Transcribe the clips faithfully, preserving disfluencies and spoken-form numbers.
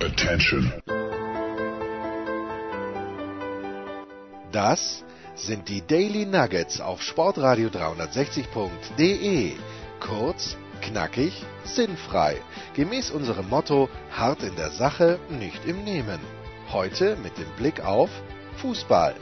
Attention. Das sind die Daily Nuggets auf Sportradio dreihundertsechzig Punkt de. Kurz, knackig, sinnfrei. Gemäß unserem Motto: hart in der Sache, nicht im Nehmen. Heute mit dem Blick auf Fußball.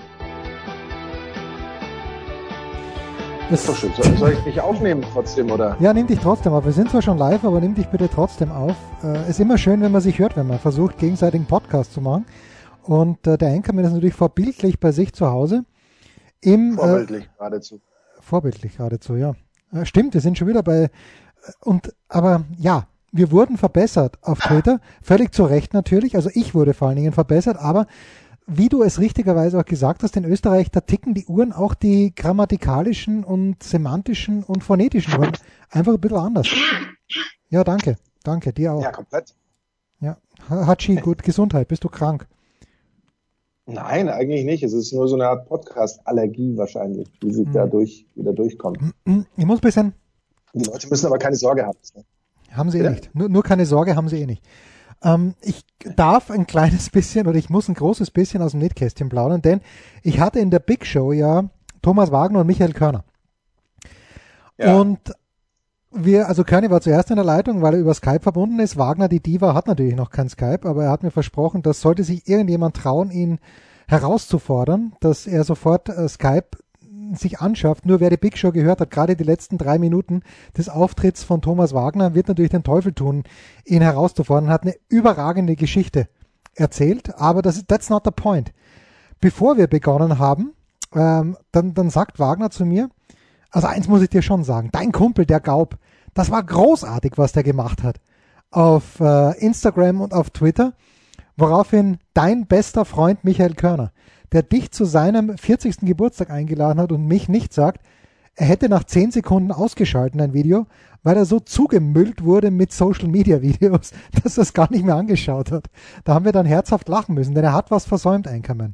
Das ist doch schön. Soll, soll ich dich aufnehmen trotzdem, oder? Ja, nimm dich trotzdem auf. Wir sind zwar schon live, aber nimm dich bitte trotzdem auf. Es äh, ist immer schön, wenn man sich hört, wenn man versucht, gegenseitig einen Podcast zu machen. Und äh, der Anchorman ist natürlich vorbildlich bei sich zu Hause. Im, vorbildlich äh, geradezu. Vorbildlich geradezu, ja. Äh, stimmt, wir sind schon wieder bei... Und aber ja, wir wurden verbessert auf Twitter. Völlig zu Recht natürlich. Also ich wurde vor allen Dingen verbessert, aber... Wie du es richtigerweise auch gesagt hast, in Österreich, da ticken die Uhren auch die grammatikalischen und semantischen und phonetischen Uhren einfach ein bisschen anders. Ja, danke. Danke, dir auch. Ja, komplett. Ja, Hatschi, gut, Gesundheit. Bist du krank? Nein, eigentlich nicht. Es ist nur so eine Art Podcast-Allergie wahrscheinlich, die sich hm. dadurch wieder durchkommt. Ich muss ein bisschen... Die Leute müssen aber keine Sorge haben. Haben sie eh nicht. Nur, nur keine Sorge haben sie eh nicht. Ähm, ich darf ein kleines bisschen oder ich muss ein großes bisschen aus dem Nähkästchen plaudern, denn ich hatte in der Big Show ja Thomas Wagner und Michael Körner. Ja. Und wir, also Körner war zuerst in der Leitung, weil er über Skype verbunden ist. Wagner, die Diva, hat natürlich noch kein Skype, aber er hat mir versprochen, dass sollte sich irgendjemand trauen, ihn herauszufordern, dass er sofort äh, Skype sich anschafft. Nur wer die Big Show gehört hat, gerade die letzten drei Minuten des Auftritts von Thomas Wagner, wird natürlich den Teufel tun, ihn herauszufordern. Hat eine überragende Geschichte erzählt, aber das ist, that's not the point. Bevor wir begonnen haben, ähm, dann, dann sagt Wagner zu mir, also eins muss ich dir schon sagen, dein Kumpel, der Gaub, das war großartig, was der gemacht hat auf äh, Instagram und auf Twitter, woraufhin dein bester Freund Michael Körner, der dich zu seinem vierzigsten Geburtstag eingeladen hat und mich nicht sagt, er hätte nach zehn Sekunden ausgeschalten, ein Video, weil er so zugemüllt wurde mit Social-Media-Videos, dass er es gar nicht mehr angeschaut hat. Da haben wir dann herzhaft lachen müssen, denn er hat was versäumt, Anchorman.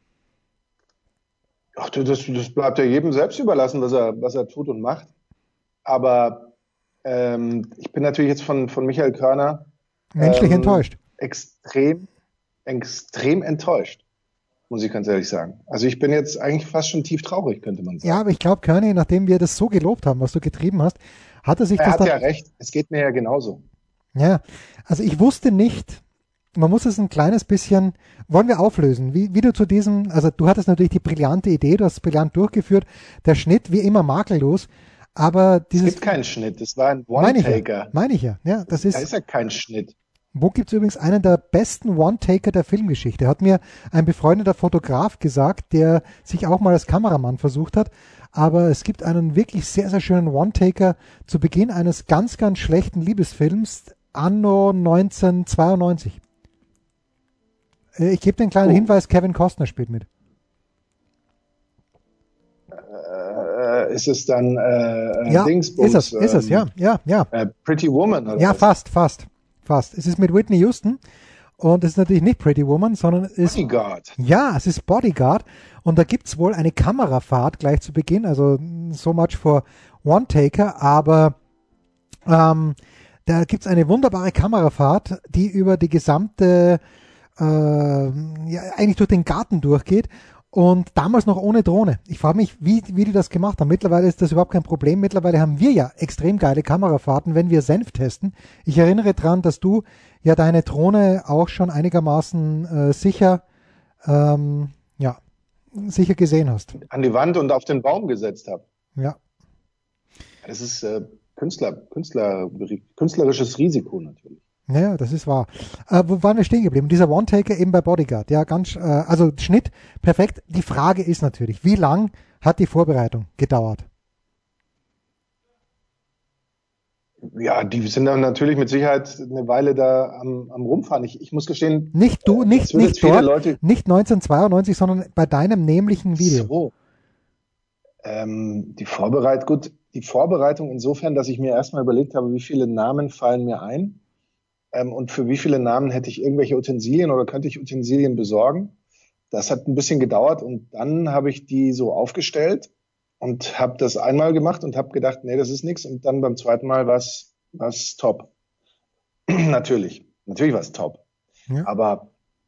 Ach, das, das bleibt ja jedem selbst überlassen, was er, was er tut und macht. Aber ähm, ich bin natürlich jetzt von, von Michael Körner menschlich ähm, enttäuscht. Extrem, extrem enttäuscht. Muss ich ganz ehrlich sagen. Also ich bin jetzt eigentlich fast schon tief traurig, könnte man sagen. Ja, aber ich glaube, Körny, nachdem wir das so gelobt haben, was du getrieben hast, hat er sich er das... Er hat ja recht, es geht mir ja genauso. Ja, also ich wusste nicht, man muss es ein kleines bisschen, wollen wir auflösen, wie, wie du zu diesem, also du hattest natürlich die brillante Idee, du hast es brillant durchgeführt, der Schnitt wie immer makellos, aber dieses... Es gibt keinen Schnitt, das war ein One-Taker. Meine ich ja, meine ich ja, ja, das ist... Da ist ja kein Schnitt. Wo gibt's übrigens einen der besten One-Taker der Filmgeschichte? Hat mir ein befreundeter Fotograf gesagt, der sich auch mal als Kameramann versucht hat. Aber es gibt einen wirklich sehr, sehr schönen One-Taker zu Beginn eines ganz, ganz schlechten Liebesfilms anno neunzehnhundertzweiundneunzig. Ich gebe den kleinen oh. Hinweis, Kevin Costner spielt mit. Äh, ist es dann äh, ja, Dingsbums? Ist es, ist es, ja, ja, ja. Äh, Pretty Woman, oder Ja, was? fast, fast. Fast. Es ist mit Whitney Houston und es ist natürlich nicht Pretty Woman, sondern es ist... Bodyguard. Ja, es ist Bodyguard und da gibt's wohl eine Kamerafahrt gleich zu Beginn, also so much for One Taker, aber ähm, da gibt's eine wunderbare Kamerafahrt, die über die gesamte, äh, ja, eigentlich durch den Garten durchgeht. Und damals noch ohne Drohne. Ich frage mich, wie, wie die das gemacht haben. Mittlerweile ist das überhaupt kein Problem. Mittlerweile haben wir ja extrem geile Kamerafahrten, wenn wir Senf testen. Ich erinnere dran, dass du ja deine Drohne auch schon einigermaßen äh, sicher, ähm, ja, sicher gesehen hast. An die Wand und auf den Baum gesetzt habe. Ja. Das ist äh, Künstler, Künstler, künstlerisches Risiko natürlich. Ja, das ist wahr. Äh, wo waren wir stehen geblieben? Dieser One-Taker eben bei Bodyguard. Ja, ganz, äh, also Schnitt, perfekt. Die Frage ist natürlich, wie lang hat die Vorbereitung gedauert? Ja, die sind dann natürlich mit Sicherheit eine Weile da am, am Rumfahren. Ich, ich muss gestehen... Nicht du, nicht, äh, nicht dort, Leute... nicht neunzehnhundertzweiundneunzig, sondern bei deinem nämlichen Video. So. Ähm, die Vorbereitung, gut, die Vorbereitung insofern, dass ich mir erstmal überlegt habe, wie viele Namen fallen mir ein. Ähm, und für wie viele Namen hätte ich irgendwelche Utensilien oder könnte ich Utensilien besorgen? Das hat ein bisschen gedauert und dann habe ich die so aufgestellt und habe das einmal gemacht und habe gedacht, nee, das ist nichts. Und dann beim zweiten Mal war es top. Natürlich, natürlich war es top. Ja. Aber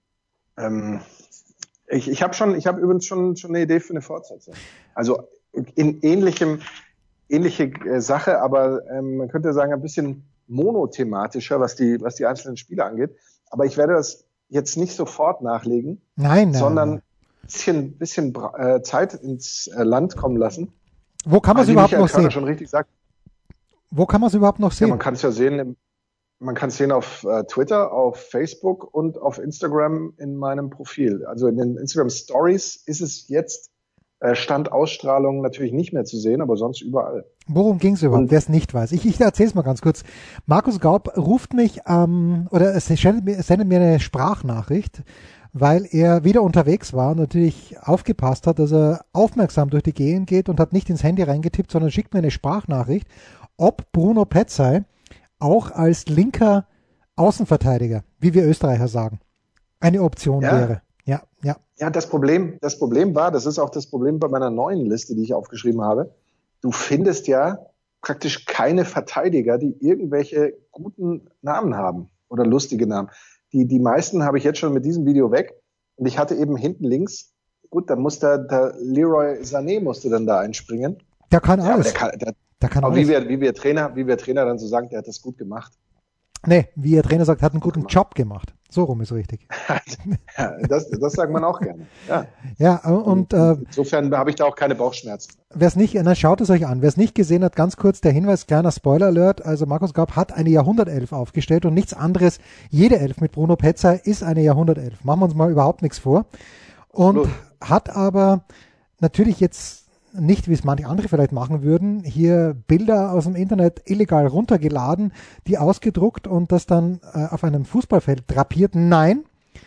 ähm, ich, ich habe schon, ich habe übrigens schon, schon eine Idee für eine Fortsetzung. Also in ähnlichem, ähnliche äh, Sache, aber ähm, man könnte sagen, ein bisschen monothematischer, was die, was die einzelnen Spiele angeht. Aber ich werde das jetzt nicht sofort nachlegen, nein, nein, sondern nein. ein bisschen, bisschen äh, Zeit ins äh, Land kommen lassen. Wo kann man es überhaupt Michael noch Körner sehen? schon richtig sagt. Wo kann man es überhaupt noch sehen? Ja, man kann es ja sehen, man kann es sehen auf äh, Twitter, auf Facebook und auf Instagram in meinem Profil. Also in den Instagram Stories ist es jetzt äh, Stand Ausstrahlung natürlich nicht mehr zu sehen, aber sonst überall. Worum ging es überhaupt, wer es nicht weiß? Ich, ich erzähle es mal ganz kurz. Markus Gaub ruft mich, ähm, oder es sendet mir, sendet mir eine Sprachnachricht, weil er wieder unterwegs war und natürlich aufgepasst hat, dass er aufmerksam durch die Gegend geht und hat nicht ins Handy reingetippt, sondern schickt mir eine Sprachnachricht, ob Bruno Petzai auch als linker Außenverteidiger, wie wir Österreicher sagen, eine Option ja. wäre. Ja, ja. Ja, das Problem, das Problem war, das ist auch das Problem bei meiner neuen Liste, die ich aufgeschrieben habe. Du findest ja praktisch keine Verteidiger, die irgendwelche guten Namen haben oder lustige Namen. Die, die meisten habe ich jetzt schon mit diesem Video weg. Und ich hatte eben hinten links, gut, dann muss der, der Leroy Sané musste dann da einspringen. Der kann alles. Ja, aber der kann, der, der kann aber alles. Wie wir, wie wir Trainer, wie wir Trainer dann so sagen, der hat das gut gemacht. Nee, wie Ihr Trainer sagt, hat einen guten Job gemacht. So rum ist richtig. Ja, das, das sagt man auch gerne. Ja, ja und, und äh, insofern habe ich da auch keine Bauchschmerzen. Wer es nicht, dann schaut es euch an. Wer es nicht gesehen hat, ganz kurz der Hinweis, kleiner Spoiler-Alert. Also Markus Gaub hat eine Jahrhundertelf aufgestellt und nichts anderes. Jede Elf mit Bruno Petzai ist eine Jahrhundertelf. Machen wir uns mal überhaupt nichts vor. Und Absolut. Hat aber natürlich jetzt nicht, wie es manche andere vielleicht machen würden, hier Bilder aus dem Internet illegal runtergeladen, die ausgedruckt und das dann äh, auf einem Fußballfeld drapiert. Nein.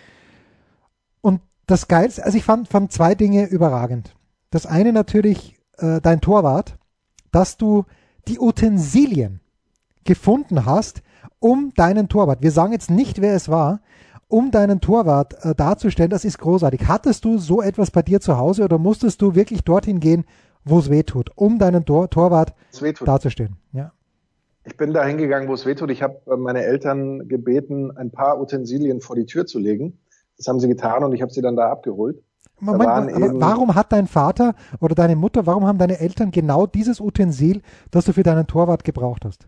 Und das Geilste, also ich fand, fand zwei Dinge überragend. Das eine natürlich äh, dein Torwart, dass du die Utensilien gefunden hast, um deinen Torwart, wir sagen jetzt nicht, wer es war, um deinen Torwart äh, darzustellen, das ist großartig. Hattest du so etwas bei dir zu Hause oder musstest du wirklich dorthin gehen, wo es weh tut, um deinen Tor- Torwart darzustellen? Ja. Ich bin da hingegangen, wo es weh tut. Ich habe äh, meine Eltern gebeten, ein paar Utensilien vor die Tür zu legen. Das haben sie getan und ich habe sie dann da abgeholt. Moment, da aber warum hat dein Vater oder deine Mutter, warum haben deine Eltern genau dieses Utensil, das du für deinen Torwart gebraucht hast?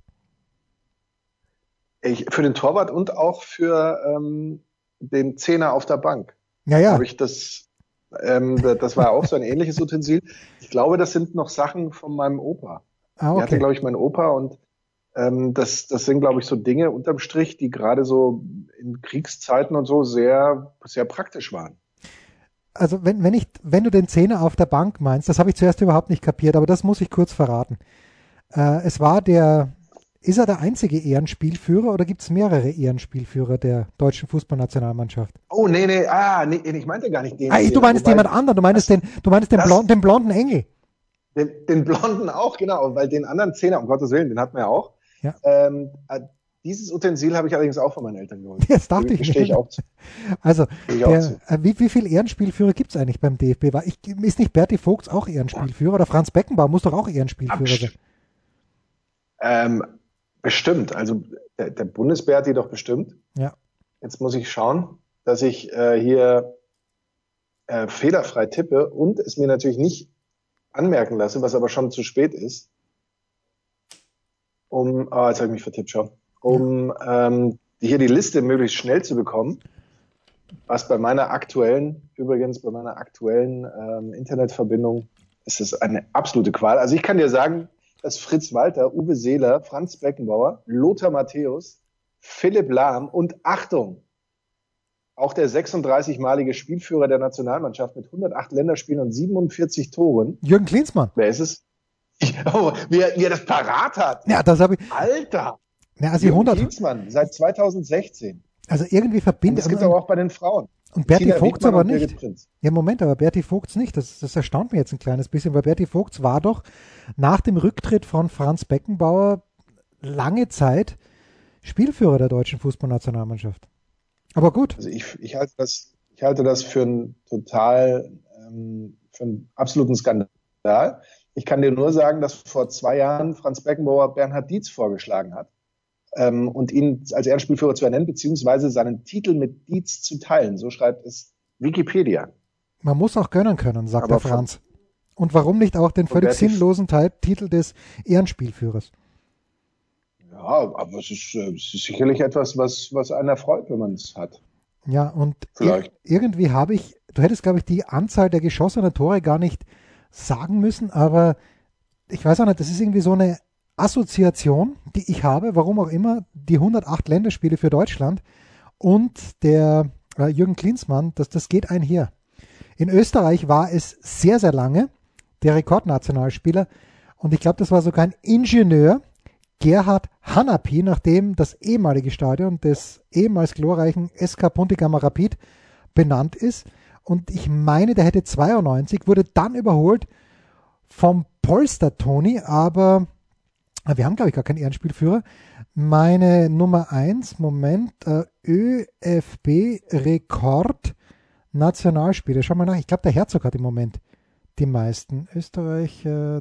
Ich, für den Torwart und auch für ähm, den Zehner auf der Bank. Ja, ja. Habe ich das, ähm, das war auch so ein ähnliches Utensil. Ich glaube, das sind noch Sachen von meinem Opa. Ah, okay. Die hatte, glaube ich, mein Opa und ähm, das, das sind, glaube ich, so Dinge unterm Strich, die gerade so in Kriegszeiten und so sehr, sehr praktisch waren. Also wenn, wenn, ich, wenn du den Zehner auf der Bank meinst, das habe ich zuerst überhaupt nicht kapiert, aber das muss ich kurz verraten. Äh, es war der, ist er der einzige Ehrenspielführer oder gibt es mehrere Ehrenspielführer der deutschen Fußballnationalmannschaft? Oh, nee, nee, ah, nee, ich meinte gar nicht den. Ah, du meinst jemand anderen, du meinst das, den, du meinst den, das, Blond, den blonden Engel. Den, den blonden auch, genau, weil den anderen Zehner, um Gottes Willen, den hatten wir ja auch. Ja. Ähm, Dieses Utensil habe ich allerdings auch von meinen Eltern geholt. Das dachte ich Stehe ich auch zu. Also, ich der, auch zu. Wie, wie viele Ehrenspielführer gibt es eigentlich beim D F B? Ich, ist nicht Berti Vogts auch Ehrenspielführer? Oder Franz Beckenbauer muss doch auch Ehrenspielführer sein? Ähm, bestimmt. Also der, der Bundesberti doch bestimmt. Ja. Jetzt muss ich schauen, dass ich äh, hier äh, fehlerfrei tippe und es mir natürlich nicht anmerken lasse, was aber schon zu spät ist. Um, ah, jetzt habe ich mich vertippt schon. Um ja. ähm, hier die Liste möglichst schnell zu bekommen, was bei meiner aktuellen, übrigens bei meiner aktuellen ähm, Internetverbindung ist es eine absolute Qual. Also ich kann dir sagen, dass Fritz Walter, Uwe Seeler, Franz Beckenbauer, Lothar Matthäus, Philipp Lahm und Achtung, auch der sechsunddreißigmalige Spielführer der Nationalmannschaft mit hundertacht Länderspielen und siebenundvierzig Toren. Jürgen Klinsmann. Wer ist es? Oh, wie, er, wie er das parat hat. Ja, das habe ich. Alter. Ja, also hundert. Klinsmann, seit zweitausendsechzehn. Also irgendwie verbindet. Das gibt es aber auch bei den Frauen. Und Berti Vogts aber nicht. Ja, Moment, aber Berti Vogts nicht. Das, das erstaunt mich jetzt ein kleines bisschen, weil Berti Vogts war doch nach dem Rücktritt von Franz Beckenbauer lange Zeit Spielführer der deutschen Fußballnationalmannschaft. Aber gut. Also ich, ich halte das, ich halte das für einen total, ähm, für einen absoluten Skandal. Ich kann dir nur sagen, dass vor zwei Jahren Franz Beckenbauer Bernhard Dietz vorgeschlagen hat. ähm, und ihn als Ehrenspielführer zu ernennen, beziehungsweise seinen Titel mit Dietz zu teilen. So schreibt es Wikipedia. Man muss auch gönnen können, sagt Aber der Franz. Und warum nicht auch den völlig Roberti- sinnlosen Teil, Titel des Ehrenspielführers? Ja, aber es ist, äh, es ist sicherlich etwas, was, was einen erfreut, wenn man es hat. Ja, und Vielleicht. ir- irgendwie habe ich, du hättest, glaube ich, die Anzahl der geschossenen Tore gar nicht sagen müssen, aber ich weiß auch nicht, das ist irgendwie so eine Assoziation, die ich habe, warum auch immer, die hundertacht Länderspiele für Deutschland und der äh, Jürgen Klinsmann, das, das geht einher. In Österreich war es sehr, sehr lange der Rekordnationalspieler und ich glaube, das war sogar ein Ingenieur, Gerhard Hanapi, nachdem das ehemalige Stadion des ehemals glorreichen S K Puntigammer Rapid benannt ist. Und ich meine, der hätte zweiundneunzig, wurde dann überholt vom Polster Toni, aber wir haben, glaube ich, gar keinen Ehrenspielführer. Meine Nummer eins, Moment, äh, ÖFB-Rekord Nationalspieler. Schau mal nach, ich glaube, der Herzog hat im Moment die meisten. Österreich äh,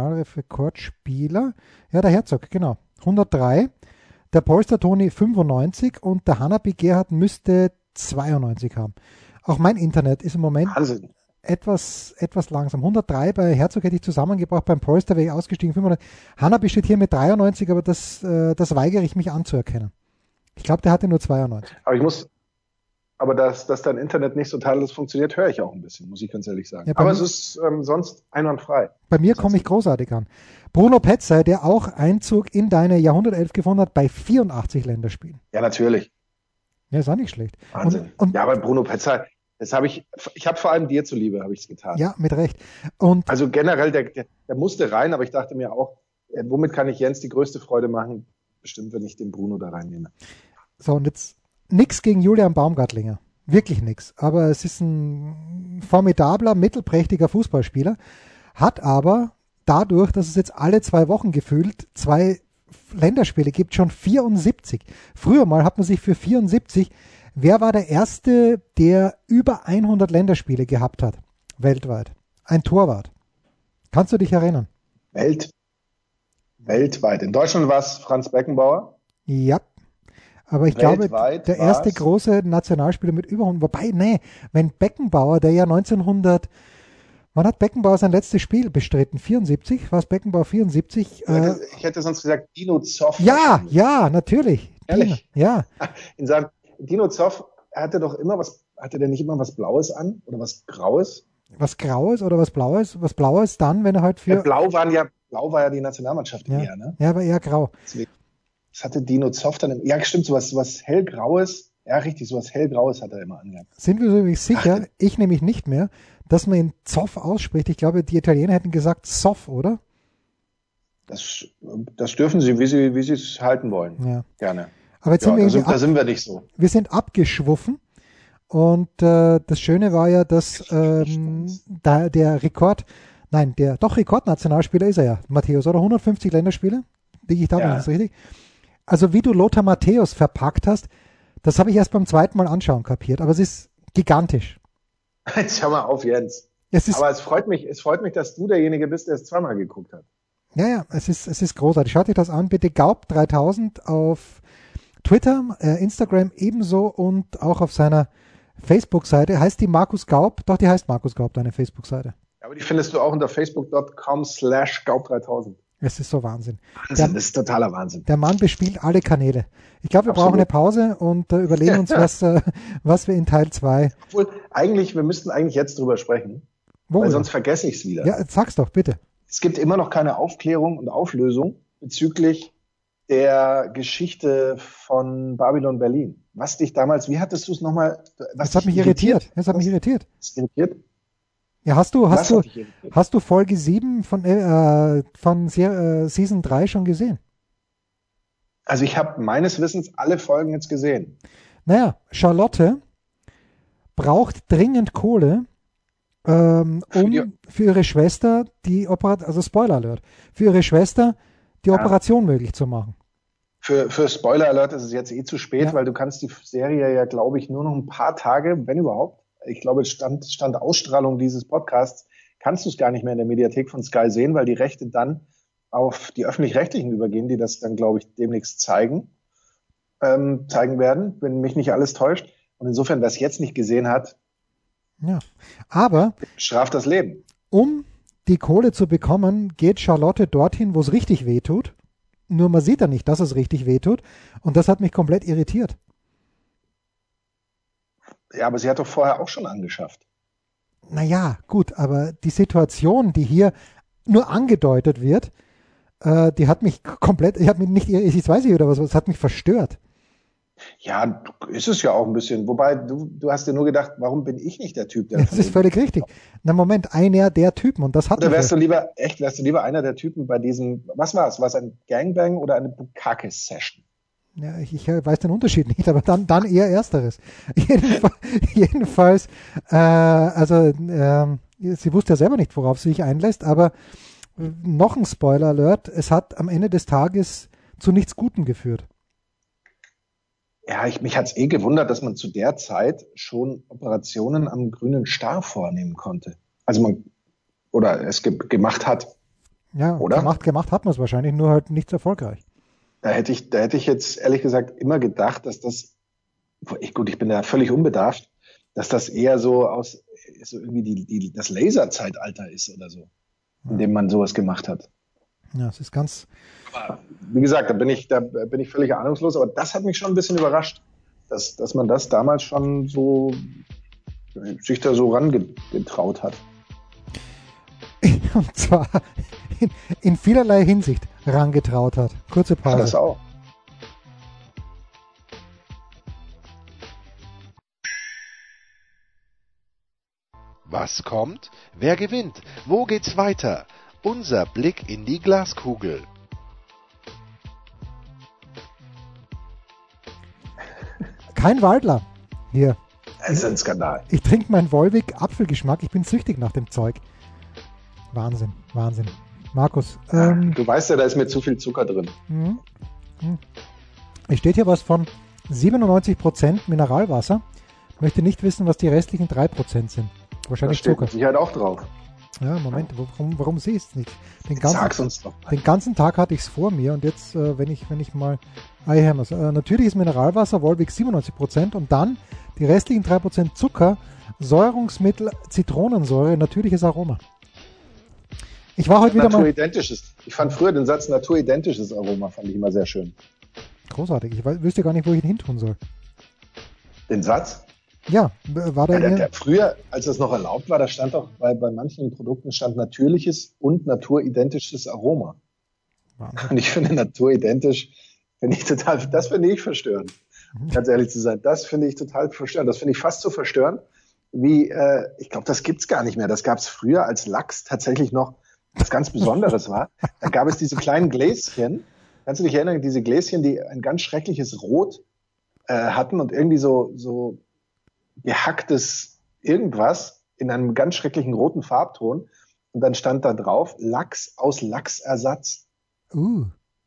Nationalrekordspieler. Ja, der Herzog, genau. hundertdrei. Der Polster Toni fünfundneunzig und der Hanapi Gerhard müsste zweiundneunzig haben. Auch mein Internet ist im Moment Wahnsinn. etwas, etwas langsam. hundertdrei bei Herzog hätte ich zusammengebracht, beim Polster wäre ich ausgestiegen. fünfhundert. Hanapi steht hier mit dreiundneunzig, aber das, äh, das weigere ich mich anzuerkennen. Ich glaube, der hatte nur zweiundneunzig. Aber ich muss, aber dass, dass dein Internet nicht so tadellos funktioniert, höre ich auch ein bisschen, muss ich ganz ehrlich sagen. Ja, bei aber mir- es ist ähm, sonst einwandfrei. Bei mir komme ich großartig an. Bruno Petzey, der auch Einzug in deine Jahrhundertelf gefunden hat, bei vierundachtzig Länderspielen. Ja, natürlich. Ja, ist auch nicht schlecht. Wahnsinn. Und, und ja, aber Bruno Petzer, das habe ich, ich habe vor allem dir zuliebe, habe ich es getan. ja, mit Recht. Und Also generell, der, der, der musste rein, aber ich dachte mir auch, äh, womit kann ich Jens die größte Freude machen? Bestimmt, wenn ich den Bruno da reinnehme. so, und jetzt nix gegen Julian Baumgartlinger. Wirklich nix. Aber es ist ein formidabler, mittelprächtiger Fußballspieler. Hat aber dadurch, dass es jetzt alle zwei Wochen gefühlt zwei Länderspiele gibt, schon vierundsiebzig. Früher mal hat man sich für vierundsiebzig, wer war der Erste, der über hundert Länderspiele gehabt hat, weltweit? Ein Torwart. Kannst du dich erinnern? Welt, weltweit. In Deutschland war es Franz Beckenbauer. Ja. Aber ich glaube, Weltweit der erste war's- große Nationalspieler mit über hundert, wobei, nee, wenn Beckenbauer, der ja neunzehnhundert, wann hat Beckenbauer sein letztes Spiel bestritten? vierundsiebzig? War es Beckenbauer vierundsiebzig? Ich Äh, hätte, ich hätte sonst gesagt Dino Zoff. ja, wahrscheinlich. ja, natürlich. Ehrlich? Ja, In seinem, Dino Zoff, er hatte doch immer was, hatte der nicht immer was Blaues an? Oder was Graues? was Graues oder was Blaues? Was Blaues dann, wenn er halt Ja, für, Blau waren ja, Blau war ja die Nationalmannschaft ja, eher, ne? ja, aber eher grau. Deswegen, das hatte Dino Zoff dann im, ja, stimmt, sowas, sowas hellgraues. Ja, richtig, sowas hellgraues hat er immer angehabt. Sind wir uns übrigens sicher, ich nämlich nicht mehr, dass man ihn Zoff ausspricht. Ich glaube, die Italiener hätten gesagt Zoff, oder? Das, das dürfen sie, wie sie, wie sie es halten wollen. Ja. Gerne. Aber jetzt Ja, sind wir da, irgendwie sind, da ab, sind wir nicht so. wir sind abgeschwuffen. Und äh, das Schöne war ja, dass ähm, da der Rekord, nein, der doch Rekordnationalspieler ist er ja, Matthäus, oder hundertfünfzig Länderspiele? Liege ich da, Ja. ist das richtig? Also wie du Lothar Matthäus verpackt hast, das habe ich erst beim zweiten Mal anschauen kapiert, aber es ist gigantisch. Jetzt hör mal auf, Jens. Es ist, Aber es freut mich, es freut mich, dass du derjenige bist, der es zweimal geguckt hat. ja, ja, es ist, es ist großartig. Schaut euch das an, bitte Gaub dreitausend auf Twitter, äh, Instagram ebenso und auch auf seiner Facebook-Seite. Heißt die Markus Gaub? Doch, die heißt Markus Gaub, deine Facebook-Seite. Aber die findest du auch unter facebook.com slash gaub dreitausend. Es ist so Wahnsinn. Wahnsinn, Der- das ist totaler Wahnsinn. Der Mann bespielt alle Kanäle. Ich glaube, wir Absolut. brauchen eine Pause und äh, überlegen uns, was, äh, was wir in Teil zwei. Obwohl, eigentlich, wir müssten eigentlich jetzt drüber sprechen, Wo weil wir- sonst vergesse ich es wieder. Ja, sag's doch, bitte. Es gibt immer noch keine Aufklärung und Auflösung bezüglich der Geschichte von Babylon Berlin. Was dich damals, wie hattest du es nochmal? Das hat mich irritiert. Das hat mich irritiert. Was irritiert? Ja, hast du, hast Was du, hat dich irritiert? hast du Folge sieben von, äh, von Se- äh, Season drei schon gesehen? Also ich habe meines Wissens alle Folgen jetzt gesehen. Naja, Charlotte braucht dringend Kohle, ähm, Für um die- für ihre Schwester die Operation, also Spoiler Alert, für ihre Schwester die Ja. Operation möglich zu machen. Für, für Spoiler Alert ist es jetzt eh zu spät, Ja. weil du kannst die Serie ja, glaube ich, nur noch ein paar Tage, wenn überhaupt, ich glaube, Stand, Stand Ausstrahlung dieses Podcasts, kannst du es gar nicht mehr in der Mediathek von Sky sehen, weil die Rechte dann auf die Öffentlich-Rechtlichen übergehen, die das dann, glaube ich, demnächst zeigen, ähm, zeigen werden, wenn mich nicht alles täuscht. Und insofern, wer es jetzt nicht gesehen hat, ja. Aber straft das Leben. Um die Kohle zu bekommen, geht Charlotte dorthin, wo es richtig wehtut. Nur man sieht ja nicht, dass es richtig wehtut. Und das hat mich komplett irritiert. Ja, aber sie hat doch vorher auch schon angeschafft. Naja, gut, aber die Situation, die hier nur angedeutet wird, äh, die hat mich komplett, ich habe mich nicht, jetzt weiß ich wieder was, es hat mich verstört. Ja, ist es ja auch ein bisschen. Wobei, du, du hast dir nur gedacht, warum bin ich nicht der Typ, der Das ist völlig richtig. Na Moment, einer der Typen und das hat Oder wärst du lieber, echt, wärst du lieber einer der Typen bei diesem, was war es? War es ein Gangbang oder eine Bukake-Session? Ja, ich, ich weiß den Unterschied nicht, aber dann, dann eher Ersteres. Jedenfalls, jedenfalls äh, also äh, sie wusste ja selber nicht, worauf sie sich einlässt, aber noch ein Spoiler-Alert, es hat am Ende des Tages zu nichts Gutem geführt. Ja, ich, mich hat's eh gewundert, dass man zu der Zeit schon Operationen am grünen Star vornehmen konnte. Also man, oder es ge- gemacht hat. Ja, oder? Gemacht, gemacht hat man es wahrscheinlich, nur halt nicht erfolgreich. Da hätte ich, da hätte ich jetzt ehrlich gesagt immer gedacht, dass das, ich, gut, ich bin da völlig unbedarft, dass das eher so aus, so irgendwie die, die, das Laserzeitalter ist oder so, in dem man sowas gemacht hat. Ja, es ist ganz. Aber wie gesagt, da bin ich, da bin ich völlig ahnungslos, aber das hat mich schon ein bisschen überrascht, dass, dass man das damals schon so, sich da so rangetraut hat. Und zwar in, in vielerlei Hinsicht rangetraut hat. Kurze Pause. Ja, das auch. Was kommt? Wer gewinnt? Wo geht's weiter? Unser Blick in die Glaskugel. Kein Waldler hier. Das ist ein Skandal. Ich trinke meinen Volvic Apfelgeschmack. Ich bin süchtig nach dem Zeug. Wahnsinn, Wahnsinn. Markus. Ähm, du weißt ja, da ist mir zu viel Zucker drin. Mh, mh. Es steht hier was von siebenundneunzig Prozent Mineralwasser. Ich möchte nicht wissen, was die restlichen drei Prozent sind. Wahrscheinlich da steht Zucker. mit Sicherheit auch drauf. Ja, Moment, warum, warum sehe ich es nicht? Den ganzen, Sag's uns doch mal. Den ganzen Tag hatte ich es vor mir und jetzt, äh, wenn ich wenn ich mal... Ah, hier haben wir's. Äh, natürliches Mineralwasser, Volvic siebenundneunzig Prozent und dann die restlichen drei Prozent Zucker, Säurungsmittel, Zitronensäure, natürliches Aroma. Ich war heute wieder mal... Naturidentisches. Ich fand früher den Satz naturidentisches Aroma, fand ich immer sehr schön. Großartig. Ich weiß, wüsste gar nicht, wo ich ihn hin tun soll. Den Satz? Ja, war da Ja, der, eher... der, früher, als das noch erlaubt war, da stand doch bei, bei manchen Produkten stand natürliches und naturidentisches Aroma. Wahnsinn. Und ich finde naturidentisch, finde ich total, das finde ich verstörend. Ganz ehrlich zu sein, das finde ich total verstörend. Das finde ich fast so verstörend, wie, äh, ich glaube, das gibt's gar nicht mehr. Das gab's früher, als Lachs tatsächlich noch was ganz Besonderes war. Da gab es diese kleinen Gläschen. Kannst du dich erinnern, diese Gläschen, die ein ganz schreckliches Rot äh, hatten und irgendwie so, so gehacktes irgendwas in einem ganz schrecklichen roten Farbton. Und dann stand da drauf, Lachs aus Lachsersatz. Uh.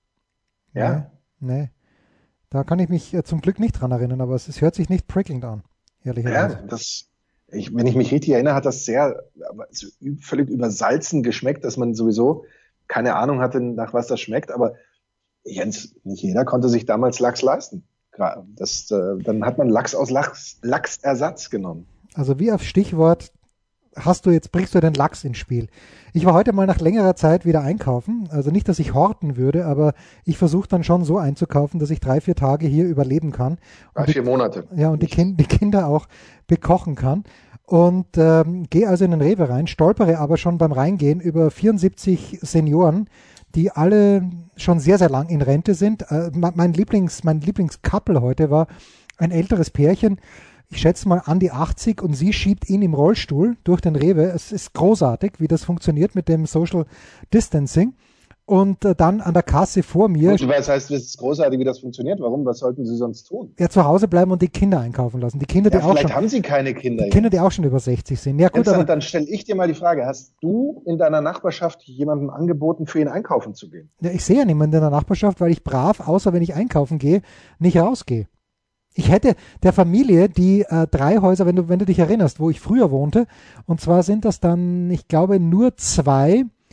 Ja? Nee, nee. Da kann ich mich äh, zum Glück nicht dran erinnern, aber es, es hört sich nicht prickelnd an, ehrlicherweise. Ja, das, ich, wenn ich mich richtig erinnere, hat das sehr, so völlig übersalzen geschmeckt, dass man sowieso keine Ahnung hatte, nach was das schmeckt. Aber Jens, nicht jeder konnte sich damals Lachs leisten. Das, äh, dann hat man Lachs aus Lachs, Lachsersatz genommen. Also wie auf Stichwort hast du jetzt, bringst du den Lachs ins Spiel. Ich war heute mal nach längerer Zeit wieder einkaufen. Also nicht, dass ich horten würde, aber ich versuche dann schon so einzukaufen, dass ich drei, vier Tage hier überleben kann. Drei, vier Monate. Ja, und die, kind, die Kinder auch bekochen kann. Und ähm, gehe also in den Rewe rein, stolpere aber schon beim Reingehen über vierundsiebzig Senioren, die alle schon sehr, sehr lang in Rente sind. Äh, mein Lieblings, mein Lieblings-Couple heute war ein älteres Pärchen, ich schätze mal an die achtzig, und sie schiebt ihn im Rollstuhl durch den Rewe. Es ist großartig, wie das funktioniert mit dem Social Distancing. Und äh, dann an der Kasse vor mir. Und was heißt, es ist großartig, wie das funktioniert? Warum? Was sollten sie sonst tun? Ja, zu Hause bleiben und die Kinder einkaufen lassen. Die Kinder, die ja, auch vielleicht schon, haben sie keine Kinder. Die Kinder, die auch schon über sechzig sind. Ja, gut, dann aber dann stelle ich dir mal die Frage, hast du in deiner Nachbarschaft jemandem angeboten, für ihn einkaufen zu gehen? Ja, ich sehe ja niemanden in der Nachbarschaft, weil ich brav, außer wenn ich einkaufen gehe, nicht rausgehe. Ich hätte der Familie die äh, drei Häuser, wenn du, wenn du dich erinnerst, wo ich früher wohnte, und zwar sind das dann, ich glaube, nur zwei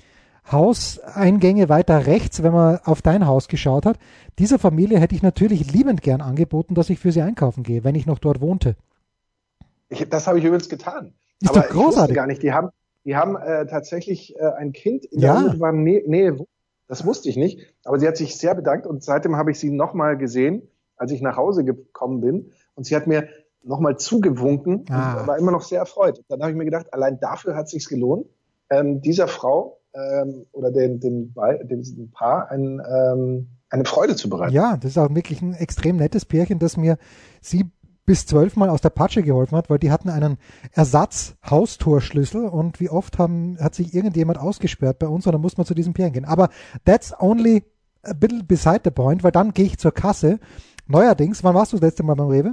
Hauseingänge weiter rechts, wenn man auf dein Haus geschaut hat. Dieser Familie hätte ich natürlich liebend gern angeboten, dass ich für sie einkaufen gehe, wenn ich noch dort wohnte. Ich, das habe ich übrigens getan. Ist Aber doch großartig. Ich wusste gar nicht, die haben, die haben äh, tatsächlich äh, ein Kind in Ja. der unmittelbaren Nähe, Nähe. Das wusste ich nicht. Aber sie hat sich sehr bedankt und seitdem habe ich sie nochmal gesehen, als ich nach Hause gekommen bin. Und sie hat mir nochmal zugewunken Ah. und war immer noch sehr erfreut. Dann habe ich mir gedacht, allein dafür hat es sich gelohnt, ähm, dieser Frau ähm, oder den, den, dem, dem Paar ein, ähm, eine Freude zu bereiten. Ja, das ist auch wirklich ein extrem nettes Pärchen, das mir sie bis zwölfmal aus der Patsche geholfen hat, weil die hatten einen Ersatz-Haustorschlüssel und wie oft haben, hat sich irgendjemand ausgesperrt bei uns und dann muss man zu diesem Pärchen gehen. Aber that's only a little beside the point, weil dann gehe ich zur Kasse. Neuerdings, wann warst du das letzte Mal beim Rewe?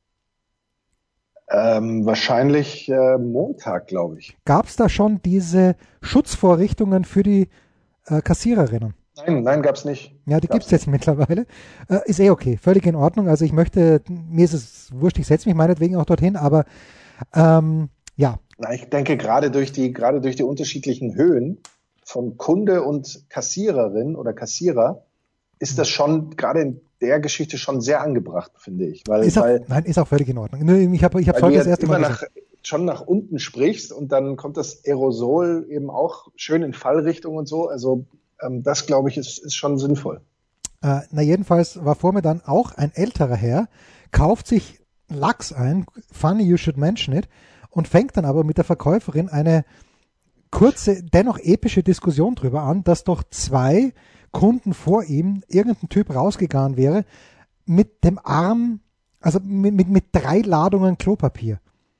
Ähm, wahrscheinlich äh, Montag, glaube ich. Gab es da schon diese Schutzvorrichtungen für die äh, Kassiererinnen? Nein, nein, gab's nicht. Ja, die Gab's gibt's jetzt mittlerweile. Äh, ist eh okay, völlig in Ordnung. Also ich möchte, mir ist es wurscht, ich setze mich meinetwegen auch dorthin, aber ähm, ja. Na, ich denke, gerade durch die, gerade durch die unterschiedlichen Höhen von Kunde und Kassiererin oder Kassierer ist das schon, gerade in der Geschichte schon sehr angebracht, finde ich. Weil, Ist auch, weil, nein, ist auch völlig in Ordnung. Nur Ich habe ich hab weil heute du das ja erste immer Mal nach, gesagt. schon nach unten sprichst und dann kommt das Aerosol eben auch schön in Fallrichtung und so. Also ähm, das, glaube ich, ist, ist schon sinnvoll. Äh, na jedenfalls war vor mir dann auch ein älterer Herr, kauft sich Lachs ein, funny you should mention it, und fängt dann aber mit der Verkäuferin eine kurze, dennoch epische Diskussion drüber an, dass doch zwei Kunden vor ihm irgendein Typ rausgegangen wäre mit dem Arm, also mit, mit, mit drei Ladungen Klopapier.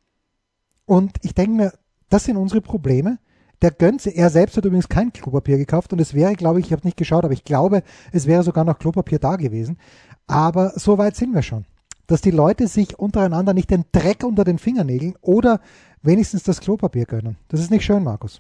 Und ich denke mir, das sind unsere Probleme. Der gönnt sich, er selbst hat übrigens kein Klopapier gekauft und es wäre, glaube ich, ich habe nicht geschaut, aber ich glaube, es wäre sogar noch Klopapier da gewesen. Aber so weit sind wir schon, dass die Leute sich untereinander nicht den Dreck unter den Fingernägeln oder wenigstens das Klopapier gönnen. Das ist nicht schön, Markus.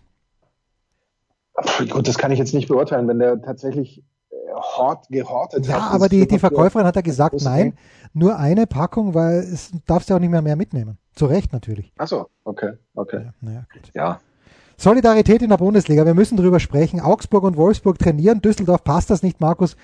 Gut, das kann ich jetzt nicht beurteilen, wenn der tatsächlich hort, gehortet ja, hat. Ja, aber die, die Verkäuferin hat ja gesagt, nein, Ding. nur eine Packung, weil es darfst du auch nicht mehr mehr mitnehmen. Zu Recht natürlich. Ach so, okay, okay. Ja, naja, gut. Ja. Solidarität in der Bundesliga, wir müssen drüber sprechen. Augsburg und Wolfsburg trainieren, Düsseldorf passt das nicht, Markus.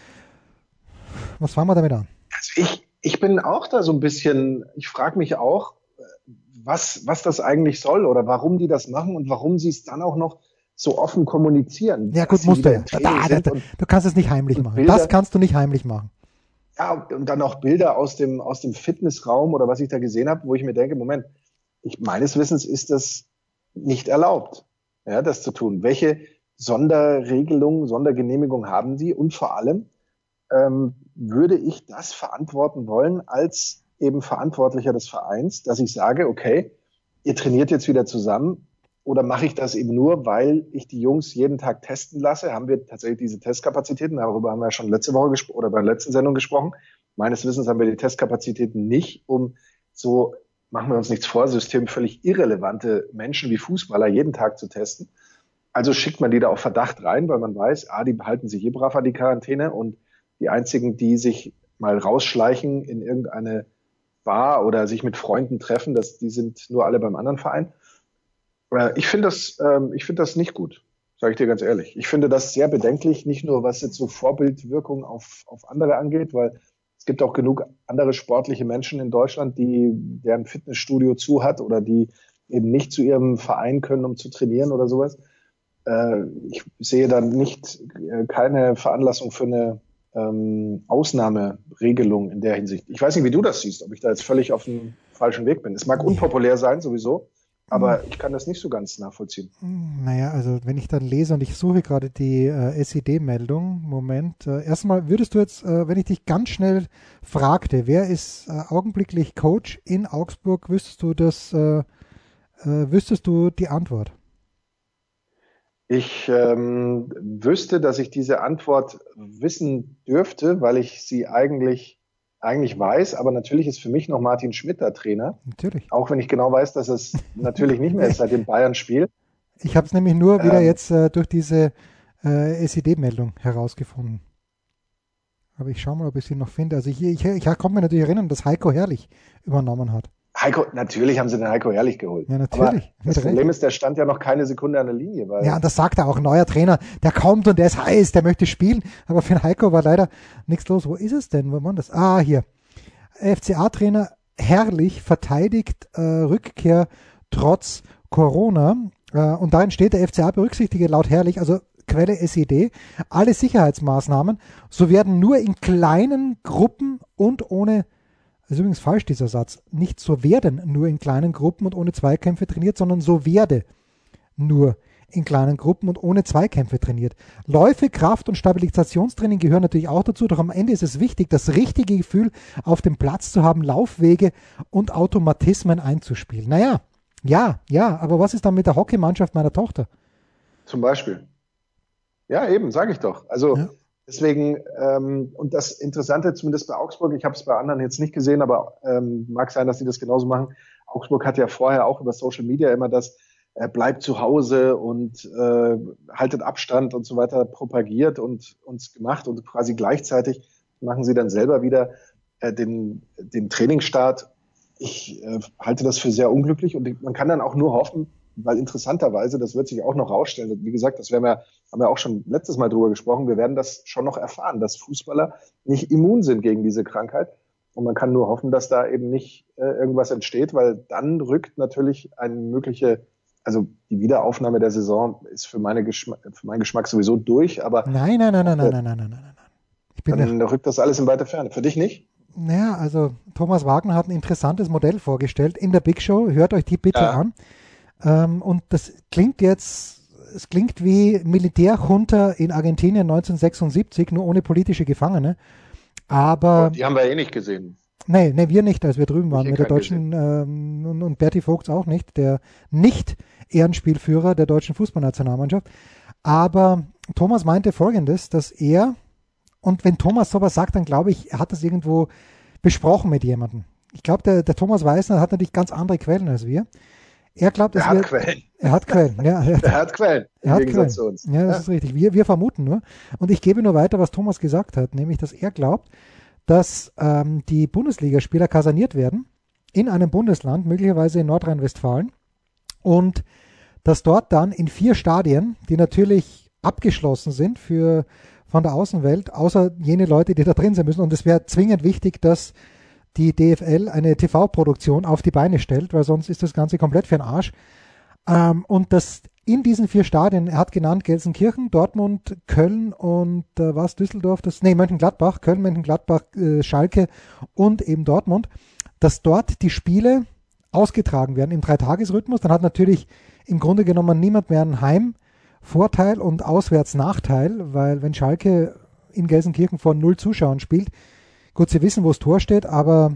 Was fangen wir damit an? Also ich, ich bin auch da so ein bisschen, ich frage mich auch, was, was das eigentlich soll oder warum die das machen und warum sie es dann auch noch so offen kommunizieren. Ja gut, musst du ja. Da, da, da, du kannst es nicht heimlich machen. Bilder, das kannst du nicht heimlich machen. Ja, und dann auch Bilder aus dem, aus dem Fitnessraum oder was ich da gesehen habe, wo ich mir denke, Moment, ich, meines Wissens ist das nicht erlaubt, ja, das zu tun. Welche Sonderregelungen, Sondergenehmigungen haben die? Und vor allem ähm, würde ich das verantworten wollen als eben Verantwortlicher des Vereins, dass ich sage, okay, ihr trainiert jetzt wieder zusammen, oder mache ich das eben nur, weil ich die Jungs jeden Tag testen lasse? Haben wir tatsächlich diese Testkapazitäten? Darüber haben wir ja schon letzte Woche gespro- oder bei der letzten Sendung gesprochen. Meines Wissens haben wir die Testkapazitäten nicht, um so, machen wir uns nichts vor, System völlig irrelevante Menschen wie Fußballer jeden Tag zu testen. Also schickt man die da auf Verdacht rein, weil man weiß, ah, die behalten sich eh brav an die Quarantäne und die einzigen, die sich mal rausschleichen in irgendeine Bar oder sich mit Freunden treffen, das, die sind nur alle beim anderen Verein. Ich finde das, ähm, ich finde das nicht gut, sage ich dir ganz ehrlich. Ich finde das sehr bedenklich, nicht nur was jetzt so Vorbildwirkung auf, auf andere angeht, weil es gibt auch genug andere sportliche Menschen in Deutschland, die deren Fitnessstudio zu hat oder die eben nicht zu ihrem Verein können, um zu trainieren oder sowas. Äh, ich sehe da nicht äh, keine Veranlassung für eine ähm, Ausnahmeregelung in der Hinsicht. Ich weiß nicht, wie du das siehst, ob ich da jetzt völlig auf dem falschen Weg bin. Es mag unpopulär sein, sowieso. Aber ich kann das nicht so ganz nachvollziehen. Naja, also wenn ich dann lese und ich suche gerade die äh, S E D-Meldung, Moment, äh, erstmal würdest du jetzt, äh, wenn ich dich ganz schnell fragte, wer ist äh, augenblicklich Coach in Augsburg, wüsstest du das, äh, äh, wüsstest du die Antwort? Ich ähm, wüsste, dass ich diese Antwort wissen dürfte, weil ich sie eigentlich eigentlich weiß, aber natürlich ist für mich noch Martin Schmidt der Trainer. Natürlich. Auch wenn ich genau weiß, dass es natürlich nicht mehr ist seit dem Bayern-Spiel. Ich habe es nämlich nur wieder ähm, jetzt äh, durch diese äh, S E D-Meldung herausgefunden. Aber ich schaue mal, ob ich sie noch finde. Also ich, ich, ich konnte mir natürlich erinnern, dass Heiko Herrlich übernommen hat. Heiko, natürlich haben sie den Heiko Herrlich geholt. Ja, natürlich. Aber das Problem ist, der stand ja noch keine Sekunde an der Linie. Weil ja, und das sagt er auch, ein neuer Trainer, der kommt und der ist heiß, der möchte spielen. Aber für den Heiko war leider nichts los. Wo ist es denn? Wo war das? Ah, hier. F C A-Trainer Herrlich verteidigt äh, Rückkehr trotz Corona. Äh, und darin steht, der F C A berücksichtige laut Herrlich, also Quelle S E D, alle Sicherheitsmaßnahmen. So werden nur in kleinen Gruppen und ohne, das ist übrigens falsch dieser Satz, nicht so werden nur in kleinen Gruppen und ohne Zweikämpfe trainiert, sondern so werde nur in kleinen Gruppen und ohne Zweikämpfe trainiert. Läufe, Kraft und Stabilisationstraining gehören natürlich auch dazu, doch am Ende ist es wichtig, das richtige Gefühl auf dem Platz zu haben, Laufwege und Automatismen einzuspielen. Naja, ja, ja, aber was ist dann mit der Hockeymannschaft meiner Tochter? Zum Beispiel. Ja, eben, sage ich doch. Also ja. Deswegen, ähm, und das Interessante zumindest bei Augsburg, ich habe es bei anderen jetzt nicht gesehen, aber ähm, mag sein, dass die das genauso machen. Augsburg hat ja vorher auch über Social Media immer das äh, bleibt zu Hause und äh, haltet Abstand und so weiter propagiert und uns gemacht und quasi gleichzeitig machen sie dann selber wieder äh, den, den Trainingsstart. Ich äh, halte das für sehr unglücklich und man kann dann auch nur hoffen, weil interessanterweise, das wird sich auch noch rausstellen, wie gesagt, das werden wir, haben wir auch schon letztes Mal drüber gesprochen, wir werden das schon noch erfahren, dass Fußballer nicht immun sind gegen diese Krankheit und man kann nur hoffen, dass da eben nicht äh, irgendwas entsteht, weil dann rückt natürlich eine mögliche, also die Wiederaufnahme der Saison ist für, meine Geschmack, für meinen Geschmack sowieso durch, aber nein, nein, nein, nein, nein, nein, nein, nein, nein, nein. Ich bin dann rückt das alles in weite Ferne. Für dich nicht? Naja, also Thomas Wagner hat ein interessantes Modell vorgestellt in der Big Show, hört euch die bitte ja. an. Ähm, und das klingt jetzt, es klingt wie Militärjunta in Argentinien neunzehnhundertsechsundsiebzig, nur ohne politische Gefangene. Aber oh, die haben wir eh nicht gesehen. Nee, nee, wir nicht, als wir drüben waren mit der deutschen ähm, und, und Berti Vogts auch nicht, der nicht Ehrenspielführer der deutschen Fußballnationalmannschaft. Aber Thomas meinte Folgendes, dass er, und wenn Thomas sowas sagt, dann glaube ich, er hat das irgendwo besprochen mit jemandem. Ich glaube, der, der Thomas Weißner hat natürlich ganz andere Quellen als wir. Er glaubt, er dass hat wir, Quellen. Er hat Quellen, ja. Er, er hat Quellen. Er hat Quellen. Zu uns. Ja, das ja. ist richtig. Wir, wir vermuten nur. Und ich gebe nur weiter, was Thomas gesagt hat, nämlich, dass er glaubt, dass ähm, die Bundesligaspieler kaserniert werden in einem Bundesland, möglicherweise in Nordrhein-Westfalen, und dass dort dann in vier Stadien, die natürlich abgeschlossen sind für von der Außenwelt, außer jene Leute, die da drin sein müssen, und es wäre zwingend wichtig, dass die D F L eine T V-Produktion auf die Beine stellt, weil sonst ist das Ganze komplett für den Arsch. Ähm, und dass in diesen vier Stadien, er hat genannt Gelsenkirchen, Dortmund, Köln und äh, was, Düsseldorf, das, nee, Mönchengladbach, Köln, Mönchengladbach, äh, Schalke und eben Dortmund, dass dort die Spiele ausgetragen werden im Dreitagesrhythmus. Dann hat natürlich im Grunde genommen niemand mehr einen Heimvorteil und Auswärtsnachteil, weil wenn Schalke in Gelsenkirchen vor null Zuschauern spielt, gut, sie wissen, wo das Tor steht, aber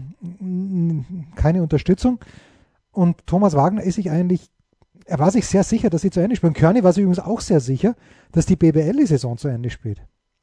keine Unterstützung. Und Thomas Wagner ist sich eigentlich, er war sich sehr sicher, dass sie zu Ende spielen. Körny war sich übrigens auch sehr sicher, dass die B B L die Saison zu Ende spielt.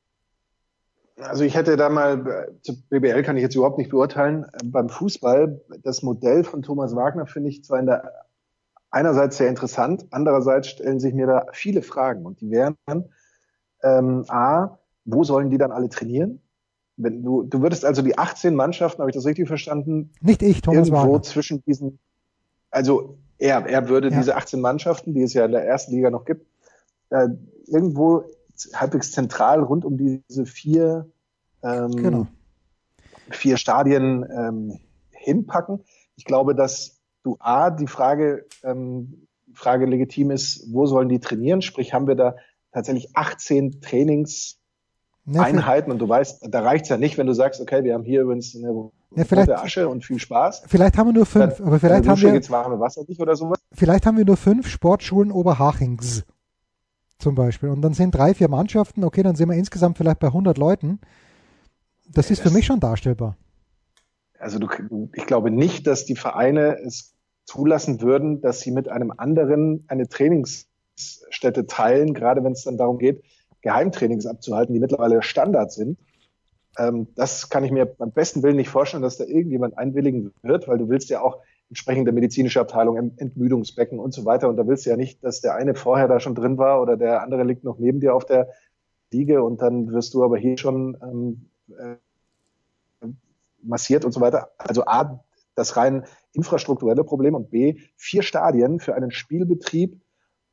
Also ich hätte da mal, zu B B L kann ich jetzt überhaupt nicht beurteilen, beim Fußball, das Modell von Thomas Wagner finde ich zwar in der einerseits sehr interessant, andererseits stellen sich mir da viele Fragen und die wären ähm, A, wo sollen die dann alle trainieren? Wenn du, du würdest also die achtzehn Mannschaften, habe ich das richtig verstanden? Nicht ich, Thomas irgendwo Wagner. Zwischen diesen, also er, er würde ja. diese achtzehn Mannschaften, die es ja in der ersten Liga noch gibt, äh, irgendwo halbwegs zentral rund um diese vier, ähm, genau. vier Stadien ähm, hinpacken. Ich glaube, dass du A, die Frage, ähm, Frage legitim ist, wo sollen die trainieren? Sprich, haben wir da tatsächlich achtzehn Trainings Einheiten, und du weißt, da reicht's ja nicht, wenn du sagst, okay, wir haben hier übrigens eine ja, vielleicht, Asche und viel Spaß. Vielleicht haben wir nur fünf, dann, aber vielleicht haben wir jetzt warme Wasser nicht oder sowas. Vielleicht haben wir nur fünf Sportschulen Oberhachings zum Beispiel, und dann sind drei, vier Mannschaften, okay, dann sind wir insgesamt vielleicht bei hundert Leuten. Das ja, ist das, für mich schon darstellbar. Also du, ich glaube nicht, dass die Vereine es zulassen würden, dass sie mit einem anderen eine Trainingsstätte teilen, gerade wenn es dann darum geht, Geheimtrainings abzuhalten, die mittlerweile Standard sind. Ähm, das kann ich mir beim besten Willen nicht vorstellen, dass da irgendjemand einwilligen wird, weil du willst ja auch entsprechende medizinische Abteilung, Entmüdungsbecken und so weiter, und da willst du ja nicht, dass der eine vorher da schon drin war oder der andere liegt noch neben dir auf der Liege und dann wirst du aber hier schon ähm, äh, massiert und so weiter. Also A, das rein infrastrukturelle Probleme und B, vier Stadien für einen Spielbetrieb,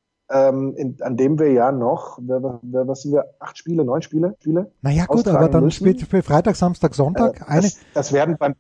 ähm, in, an dem wir ja noch, was sind wir, acht Spiele, neun Spiele? Spiele naja gut, aber dann müssen. spielt für Freitag, Samstag, Sonntag äh, eine. Das, das werden beim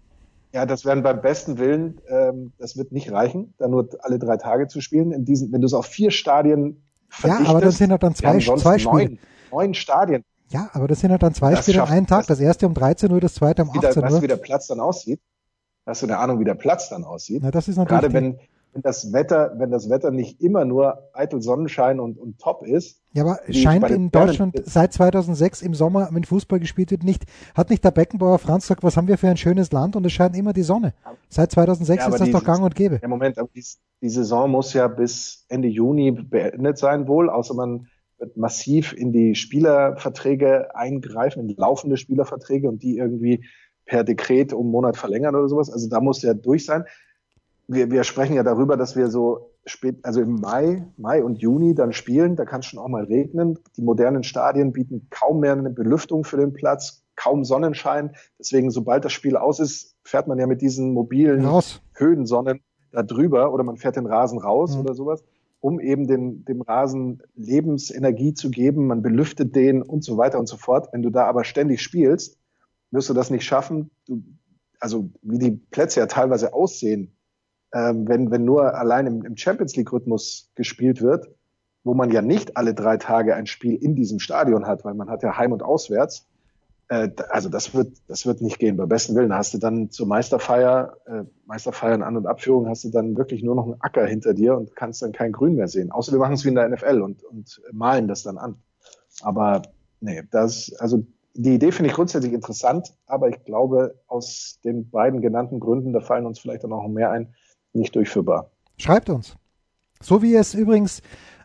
Ja, das werden beim besten Willen, ähm, das wird nicht reichen, da nur alle drei Tage zu spielen. In diesen, wenn du es auf vier Stadien verdichtest, ja, aber dann sind halt dann zwei, zwei Spiele. Neun, neun Stadien. Ja, aber das sind halt dann zwei das Spiele an einem Tag. Das erste um dreizehn Uhr, das zweite um achtzehn Uhr. Weißt du, wie der Platz dann aussieht? Hast du eine Ahnung, wie der Platz dann aussieht? Na, das ist natürlich Gerade wenn, wenn das Wetter, wenn das Wetter nicht immer nur eitel Sonnenschein und, und top ist. Ja, aber scheint in Deutschland Bernen, seit zweitausendsechs im Sommer, wenn Fußball gespielt wird, nicht, hat nicht der Beckenbauer Franz gesagt, was haben wir für ein schönes Land, und es scheint immer die Sonne. Seit zweitausendsechs ja, ist das die, doch gang und gäbe. Ja, Moment, aber die, die Saison muss ja bis Ende Juni beendet sein wohl, außer man wird massiv in die Spielerverträge eingreifen, in laufende Spielerverträge und die irgendwie per Dekret um einen Monat verlängern oder sowas. Also da muss ja durch sein. Wir, wir sprechen ja darüber, dass wir so spät, also im Mai, Mai und Juni dann spielen. Da kann es schon auch mal regnen. Die modernen Stadien bieten kaum mehr eine Belüftung für den Platz, kaum Sonnenschein. Deswegen, sobald das Spiel aus ist, fährt man ja mit diesen mobilen raus. Höhensonnen da drüber oder man fährt den Rasen raus mhm. oder sowas, um eben dem, dem Rasen Lebensenergie zu geben. Man belüftet den und so weiter und so fort. Wenn du da aber ständig spielst, wirst du das nicht schaffen. Du, also wie die Plätze ja teilweise aussehen, ähm, wenn, wenn nur allein im, im Champions-League-Rhythmus gespielt wird, wo man ja nicht alle drei Tage ein Spiel in diesem Stadion hat, weil man hat ja Heim- und Auswärts. Äh, also das wird, das wird nicht gehen. Bei besten Willen hast du dann zur Meisterfeier, äh, Meisterfeiern An- und Abführung, hast du dann wirklich nur noch einen Acker hinter dir und kannst dann kein Grün mehr sehen. Außer wir machen es wie in der N F L und, und malen das dann an. Aber nee, das, also die Idee finde ich grundsätzlich interessant, aber ich glaube, aus den beiden genannten Gründen, da fallen uns vielleicht dann auch noch mehr ein, nicht durchführbar. Schreibt uns. So wie es übrigens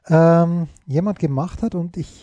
ähm, jemand gemacht hat und ich,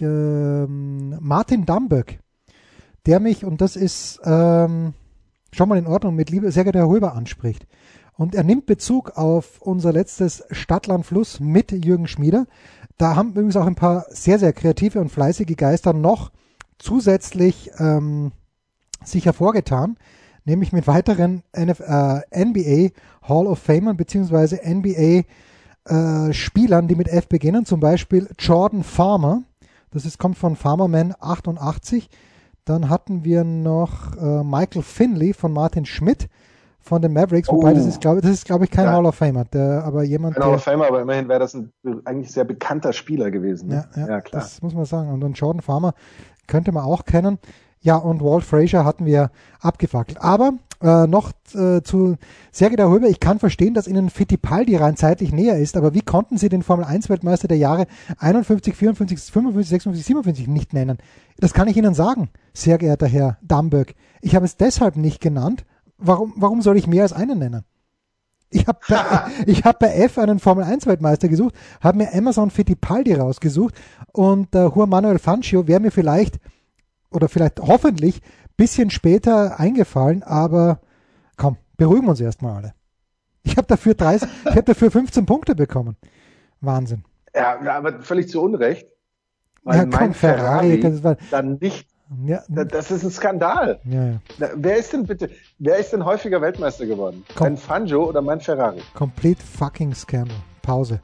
ähm, Martin Damböck, der mich, und das ist ähm, schon mal in Ordnung, mit Liebe, sehr geehrter Herr Hulber anspricht. Und er nimmt Bezug auf unser letztes Stadtland Fluss mit Jürgen Schmieder. Da haben übrigens auch ein paar sehr, sehr kreative und fleißige Geister noch zusätzlich ähm, sich hervorgetan, nämlich mit weiteren N F, äh, N B A Hall of Famern beziehungsweise N B A äh, Spielern, die mit F beginnen, zum Beispiel Jordan Farmer, das ist, kommt von Farmerman achtundachtzig. Dann hatten wir noch äh, Michael Finley von Martin Schmidt von den Mavericks, wobei oh. das ist, glaube das ist, glaube ich, kein ja. Hall of Famer, der, aber jemand, kein Hall of Famer, aber immerhin wäre das ein eigentlich sehr bekannter Spieler gewesen. Ne? Ja, ja, ja, klar. Das muss man sagen. Und dann Jordan Farmer könnte man auch kennen. Ja, und Walt Frazier hatten wir abgefackelt. Aber äh, noch äh, zu sehr geehrter Herr Hulber, ich kann verstehen, dass Ihnen Fittipaldi rein zeitlich näher ist, aber wie konnten Sie den Formel eins Weltmeister der Jahre einundfünfzig, vierundfünfzig, fünfundfünfzig, sechsundfünfzig, siebenundfünfzig nicht nennen? Das kann ich Ihnen sagen, sehr geehrter Herr Damböck. Ich habe es deshalb nicht genannt. Warum, warum soll ich mehr als einen nennen? Ich habe bei, ich hab bei F einen Formel eins Weltmeister gesucht, habe mir Emerson Fittipaldi rausgesucht und äh, Juan Manuel Fangio wäre mir vielleicht oder vielleicht hoffentlich ein bisschen später eingefallen, aber komm, beruhigen wir uns erstmal alle. Ich habe dafür dreißig, ich habe dafür fünfzehn Punkte bekommen. Wahnsinn. Ja, ja, aber völlig zu Unrecht. Weil ja, komm, mein Ferrari, Ferrari war, dann nicht. Ja, das ist ein Skandal. Ja, ja. Wer ist denn bitte, wer ist denn häufiger Weltmeister geworden? Kom- mein Fangio oder mein Ferrari? Complete fucking Scandal. Pause.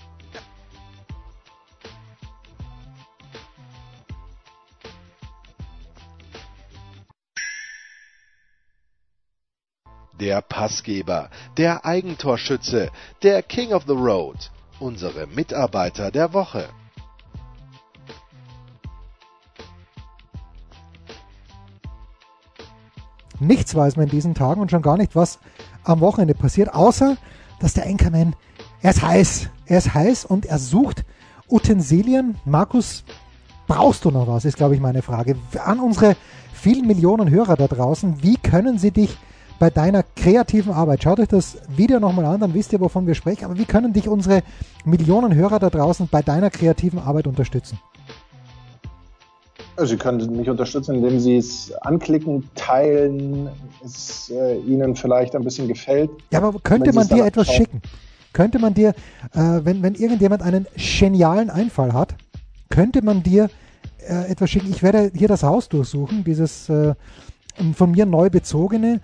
Der Passgeber, der Eigentorschütze, der King of the Road, unsere Mitarbeiter der Woche. Nichts weiß man in diesen Tagen und schon gar nicht, was am Wochenende passiert, außer, dass der Anchorman, er ist heiß, er ist heiß und er sucht Utensilien. Markus, brauchst du noch was, ist, glaube ich, meine Frage. An unsere vielen Millionen Hörer da draußen, wie können sie dich bei deiner kreativen Arbeit, schaut euch das Video nochmal an, dann wisst ihr, wovon wir sprechen, aber wie können dich unsere Millionen Hörer da draußen bei deiner kreativen Arbeit unterstützen? Sie können mich unterstützen, indem Sie es anklicken, teilen, es äh, Ihnen vielleicht ein bisschen gefällt. Ja, aber könnte man dir etwas schicken? Könnte man dir, äh, wenn, wenn irgendjemand einen genialen Einfall hat, könnte man dir äh, etwas schicken? Ich werde hier das Haus durchsuchen, dieses äh, von mir neu bezogene,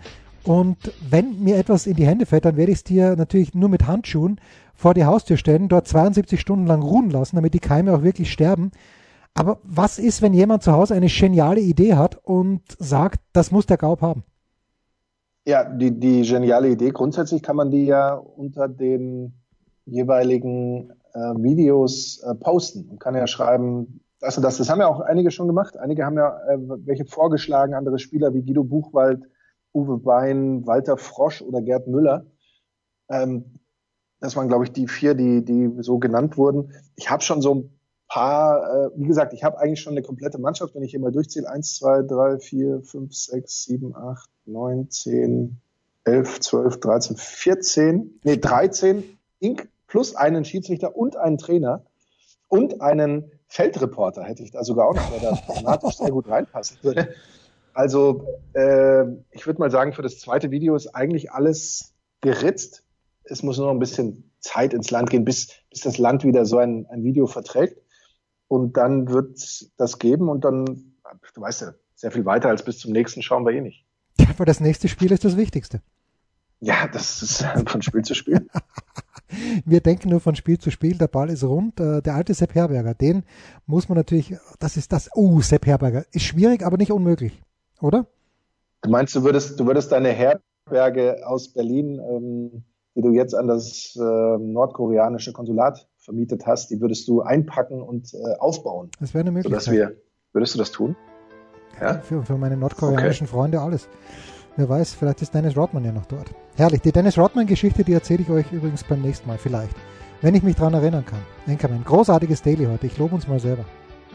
Und wenn mir etwas in die Hände fällt, dann werde ich es dir natürlich nur mit Handschuhen vor die Haustür stellen, dort zweiundsiebzig Stunden lang ruhen lassen, damit die Keime auch wirklich sterben. Aber was ist, wenn jemand zu Hause eine geniale Idee hat und sagt, das muss der Gaub haben? Ja, die, die geniale Idee, grundsätzlich kann man die ja unter den jeweiligen äh, Videos äh, posten und kann ja schreiben, das und das. Das haben ja auch einige schon gemacht. Einige haben ja äh, welche vorgeschlagen, andere Spieler wie Guido Buchwald, Uwe Bein, Walter Frosch oder Gerd Müller. Ähm, das waren, glaube ich, die vier, die, die so genannt wurden. Ich habe schon so ein paar, äh, wie gesagt, ich habe eigentlich schon eine komplette Mannschaft, wenn ich hier mal durchzähle. Eins, zwei, drei, vier, fünf, sechs, sieben, acht, neun, zehn, elf, zwölf, dreizehn, vierzehn, nee, dreizehn, Ink plus einen Schiedsrichter und einen Trainer und einen Feldreporter hätte ich da sogar auch noch, der da thematisch sehr gut reinpassen würde. Also äh, ich würde mal sagen, für das zweite Video ist eigentlich alles geritzt. Es muss nur noch ein bisschen Zeit ins Land gehen, bis, bis das Land wieder so ein, ein Video verträgt. Und dann wird es das geben und dann, du weißt ja, sehr viel weiter als bis zum nächsten schauen wir eh nicht. Ja, aber das nächste Spiel ist das Wichtigste. Ja, das ist von Spiel zu Spiel. Wir denken nur von Spiel zu Spiel, der Ball ist rund. Der alte Sepp Herberger, den muss man natürlich, das ist das, oh, Sepp Herberger, ist schwierig, aber nicht unmöglich, oder? Du meinst, du würdest, du würdest deine Herberge aus Berlin, ähm, die du jetzt an das äh, nordkoreanische Konsulat vermietet hast, die würdest du einpacken und äh, aufbauen. Das wäre eine Möglichkeit. Sodass wir, würdest du das tun? Ja, für, für meine nordkoreanischen okay. Freunde alles. Wer weiß, vielleicht ist Dennis Rodman ja noch dort. Herrlich. Die Dennis Rodman-Geschichte, die erzähle ich euch übrigens beim nächsten Mal, vielleicht. Wenn ich mich dran erinnern kann. Enkermann, großartiges Daily heute. Ich lobe uns mal selber.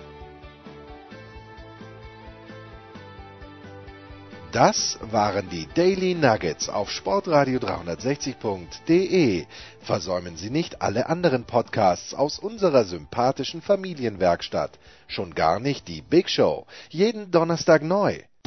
Das waren die Daily Nuggets auf sportradio dreihundertsechzig punkt de. Versäumen Sie nicht alle anderen Podcasts aus unserer sympathischen Familienwerkstatt. Schon gar nicht die Big Show. Jeden Donnerstag neu.